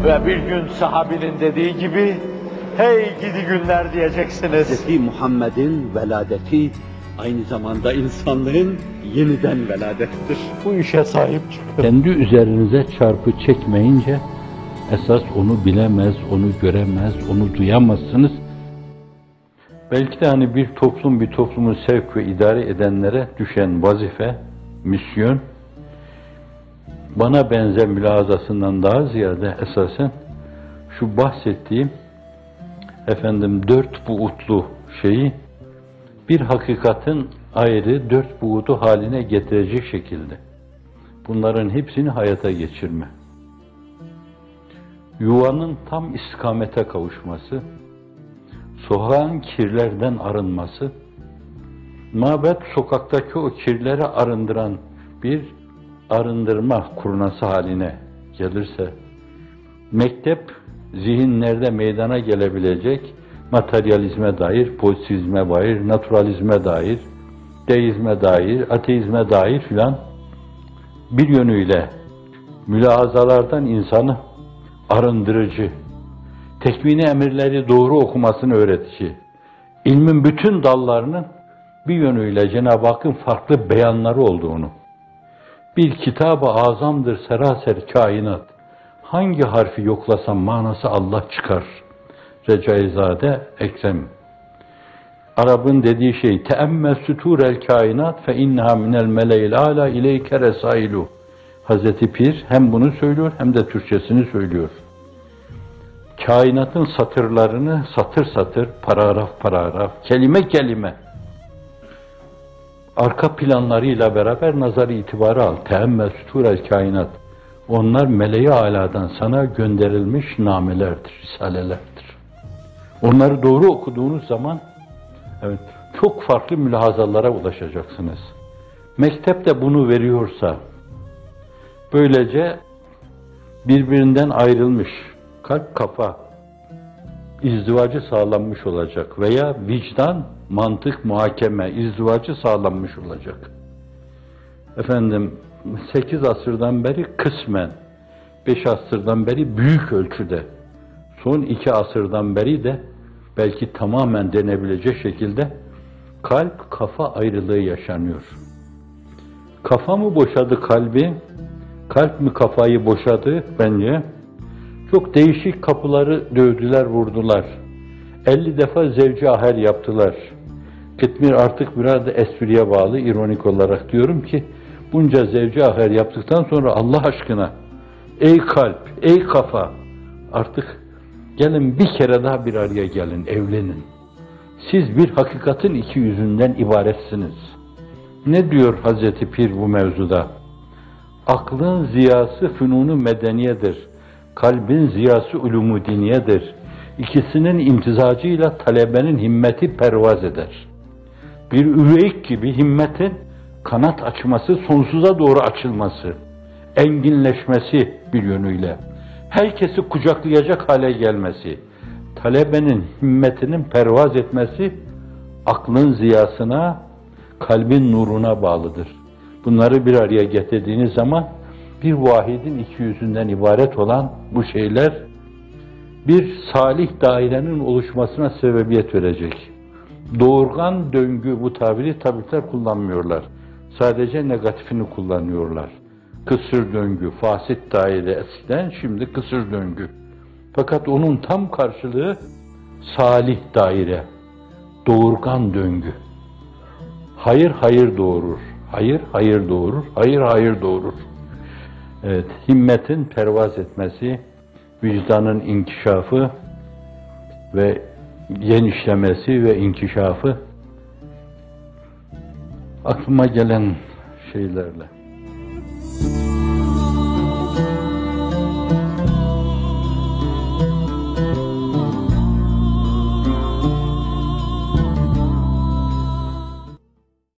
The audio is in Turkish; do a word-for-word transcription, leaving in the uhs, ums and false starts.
Ve bir gün sahabinin dediği gibi, hey gidi günler diyeceksiniz. Hazreti Muhammed'in veladeti aynı zamanda insanlığın yeniden veladettir. Bu işe sahip çıkın. Kendi üzerinize çarpı çekmeyince, esas onu bilemez, onu göremez, onu duyamazsınız. Belki de hani bir toplum, bir toplumu sevk ve idare edenlere düşen vazife, misyon, bana benzer mülahazasından daha ziyade esasen şu bahsettiğim efendim dört buğutlu şeyi bir hakikatin ayrı dört buğutu haline getirecek şekilde bunların hepsini hayata geçirme. Yuvanın tam istikamete kavuşması, sokağın kirlerden arınması, mabet sokaktaki o kirleri arındıran bir arındırma kurnası haline gelirse, mektep zihinlerde meydana gelebilecek materyalizme dair, pozitivizme dair, naturalizme dair, deizme dair, ateizme dair filan bir yönüyle mülahazalardan insanı arındırıcı, tekvini emirleri doğru okumasını öğretici, ilmin bütün dallarının bir yönüyle Cenab-ı Hakk'ın farklı beyanları olduğunu, bir kitab-ı azamdır seraser kainat, hangi harfi yoklasam manası Allah çıkar. Recaizade Ekrem. Arap'ın dediği şey, teemmel süturel kainat fe inneha minel meleil ala ileyke resailu. Hazreti Pir hem bunu söylüyor hem de Türkçesini söylüyor. Kainatın satırlarını satır satır, paragraf paragraf, kelime kelime, arka planlarıyla beraber nazar itibarı al. Teemmel süturel kainat. Onlar meleği aladan sana gönderilmiş namelerdir, risalelerdir. Onları doğru okuduğunuz zaman evet, çok farklı mülahazalara ulaşacaksınız. Mektep de bunu veriyorsa, böylece birbirinden ayrılmış kalp kafa izdivacı sağlanmış olacak veya vicdan, mantık, muhakeme izdivacı sağlanmış olacak. Efendim, sekiz asırdan beri kısmen, beş asırdan beri büyük ölçüde, son iki asırdan beri de belki tamamen denebilecek şekilde kalp kafa ayrılığı yaşanıyor. Kafa mı boşadı kalbi, kalp mi kafayı boşadı bence? Çok değişik kapıları dövdüler, vurdular. elli defa zevci aher yaptılar. Kıtmir artık biraz da espriye bağlı, ironik olarak diyorum ki, bunca zevci aher yaptıktan sonra Allah aşkına, ey kalp, ey kafa, artık gelin bir kere daha bir araya gelin, evlenin. Siz bir hakikatin iki yüzünden ibaretsiniz. Ne diyor Hazreti Pir bu mevzuda? Aklın ziyası fünunu medeniyedir. Kalbin ziyası ulûmu diniyedir. İkisinin imtizacıyla talebenin himmeti pervaz eder. Bir üveyik gibi himmetin kanat açması, sonsuza doğru açılması, enginleşmesi bir yönüyle, herkesi kucaklayacak hale gelmesi, talebenin himmetinin pervaz etmesi, aklın ziyasına, kalbin nuruna bağlıdır. Bunları bir araya getirdiğiniz zaman, bir vahidin iki yüzünden ibaret olan bu şeyler, bir salih dairenin oluşmasına sebebiyet verecek. Doğurgan döngü, bu tabiri tabipler kullanmıyorlar. Sadece negatifini kullanıyorlar. Kısır döngü, fasit daire eskiden, şimdi kısır döngü. Fakat onun tam karşılığı salih daire, doğurgan döngü. Hayır hayır doğurur, hayır hayır doğurur, hayır hayır doğurur. Evet, himmetin pervaz etmesi, vicdanın inkişafı ve genişlemesi ve inkişafı aklıma gelen şeylerle.